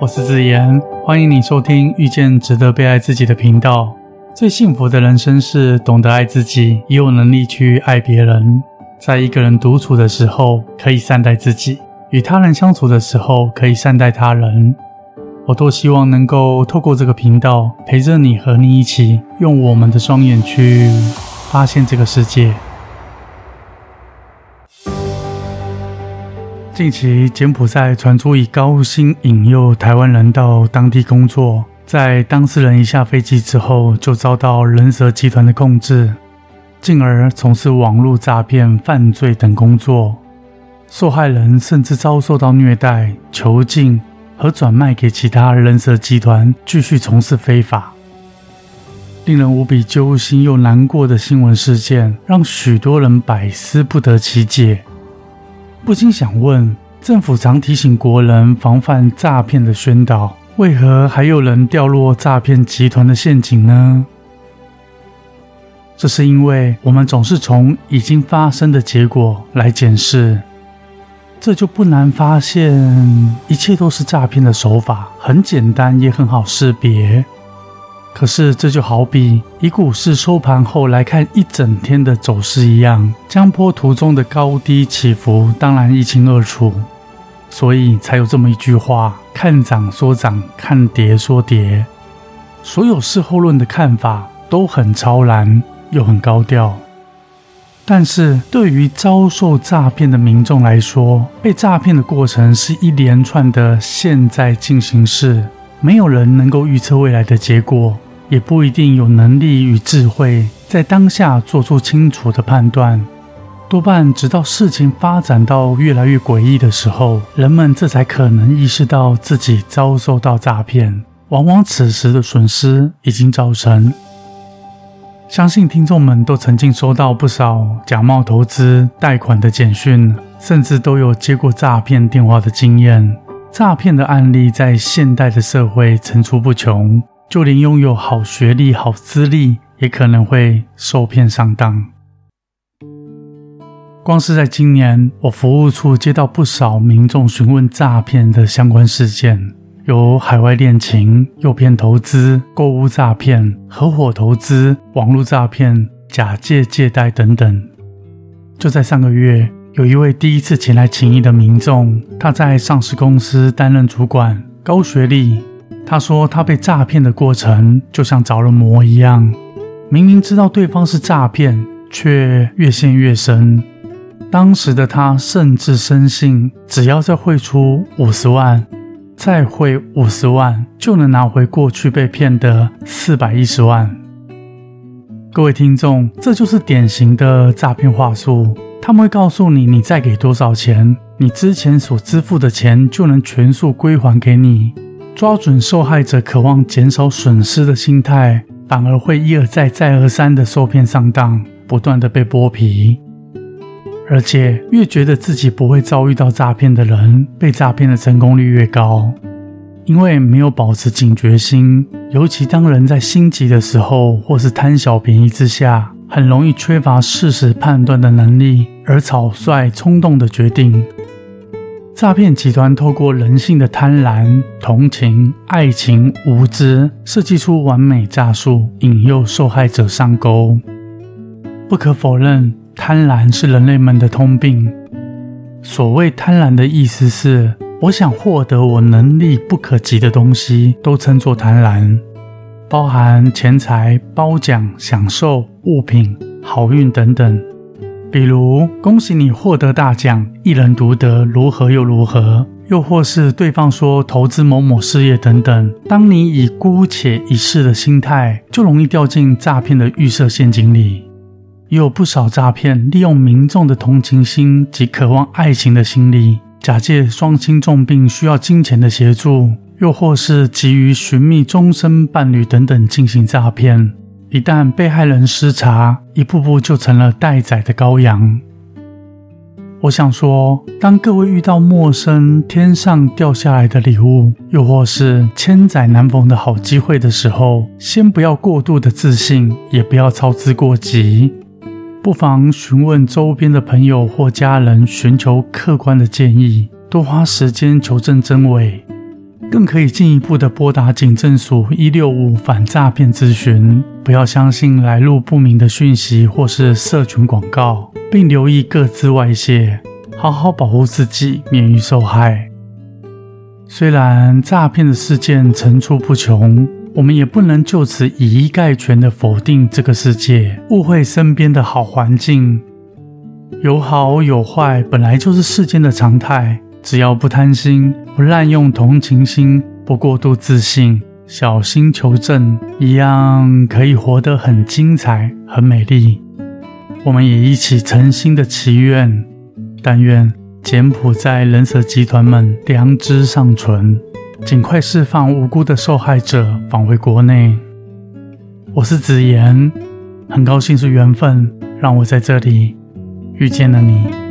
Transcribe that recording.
我是子言，欢迎你收听遇见值得被爱自己的频道。最幸福的人生是懂得爱自己，也有能力去爱别人。在一个人独处的时候，可以善待自己；与他人相处的时候，可以善待他人。我多希望能够透过这个频道，陪着你和你一起，用我们的双眼去发现这个世界。近期柬埔寨传出以高薪引诱台湾人到当地工作，在当事人一下飞机之后就遭到人蛇集团的控制，进而从事网络诈骗、犯罪等工作。受害人甚至遭受到虐待、囚禁和转卖给其他人蛇集团继续从事非法。令人无比揪心又难过的新闻事件，让许多人百思不得其解。不禁想问，政府常提醒国人防范诈骗的宣导，为何还有人掉落诈骗集团的陷阱呢？这是因为我们总是从已经发生的结果来检视，这就不难发现一切都是诈骗的手法，很简单也很好识别。可是这就好比以股市收盘后来看一整天的走势一样，江波图中的高低起伏当然一清二楚，所以才有这么一句话，看涨说涨，看跌说跌。所有事后论的看法都很超然又很高调，但是对于遭受诈骗的民众来说，被诈骗的过程是一连串的现在进行式，没有人能够预测未来的结果，也不一定有能力与智慧在当下做出清楚的判断。多半直到事情发展到越来越诡异的时候，人们这才可能意识到自己遭受到诈骗，往往此时的损失已经造成。相信听众们都曾经收到不少假冒投资、贷款的简讯，甚至都有接过诈骗电话的经验。诈骗的案例在现代的社会层出不穷，就连拥有好学历、好资历也可能会受骗上当。光是在今年，我服务处接到不少民众询问诈骗的相关事件，有海外恋情、诱骗投资、购物诈骗、合伙投资、网络诈骗、假借借贷等等。就在上个月，有一位第一次前来请益的民众，他在上市公司担任主管，高学历。他说他被诈骗的过程就像着了魔一样，明明知道对方是诈骗，却越陷越深。当时的他甚至深信，只要再汇出50万，再汇50万，就能拿回过去被骗的410万。各位听众，这就是典型的诈骗话术。他们会告诉你，你再给多少钱，你之前所支付的钱就能全数归还给你。抓准受害者渴望减少损失的心态，反而会一而再再而三的受骗上当，不断的被剥皮。而且越觉得自己不会遭遇到诈骗的人，被诈骗的成功率越高。因为没有保持警觉心，尤其当人在心急的时候，或是贪小便宜之下，很容易缺乏事实判断的能力，而草率冲动的决定。诈骗集团透过人性的贪婪、同情、爱情、无知，设计出完美诈术，引诱受害者上钩。不可否认，贪婪是人类们的通病。所谓贪婪的意思是，我想获得我能力不可及的东西，都称作贪婪，包含钱财、褒奖、享受、物品、好运等等。比如，恭喜你获得大奖，一人独得，如何又如何？又或是对方说投资某某事业等等。当你以姑且一试的心态，就容易掉进诈骗的预设陷阱里。也有不少诈骗利用民众的同情心及渴望爱情的心理，假借双亲重病需要金钱的协助，又或是急于寻觅终身伴侣等等进行诈骗。一旦被害人失察，一步步就成了待宰的羔羊。我想说，当各位遇到陌生天上掉下来的礼物，又或是千载难逢的好机会的时候，先不要过度的自信，也不要操之过急，不妨询问周边的朋友或家人，寻求客观的建议，多花时间求证真伪。 更可以进一步的拨打警政署165反诈骗咨询，不要相信来路不明的讯息或是社群广告，并留意个资外泄，好好保护自己，免于受害。虽然诈骗的事件层出不穷，我们也不能就此以一概全的否定这个世界，误会身边的好环境。有好有坏本来就是世间的常态，只要不贪心，不滥用同情心，不过度自信，小心求证，一样可以活得很精彩，很美丽。我们也一起诚心的祈愿，但愿柬埔寨人蛇集团们良知尚存，尽快释放无辜的受害者返回国内。我是子言，很高兴是缘分，让我在这里遇见了你。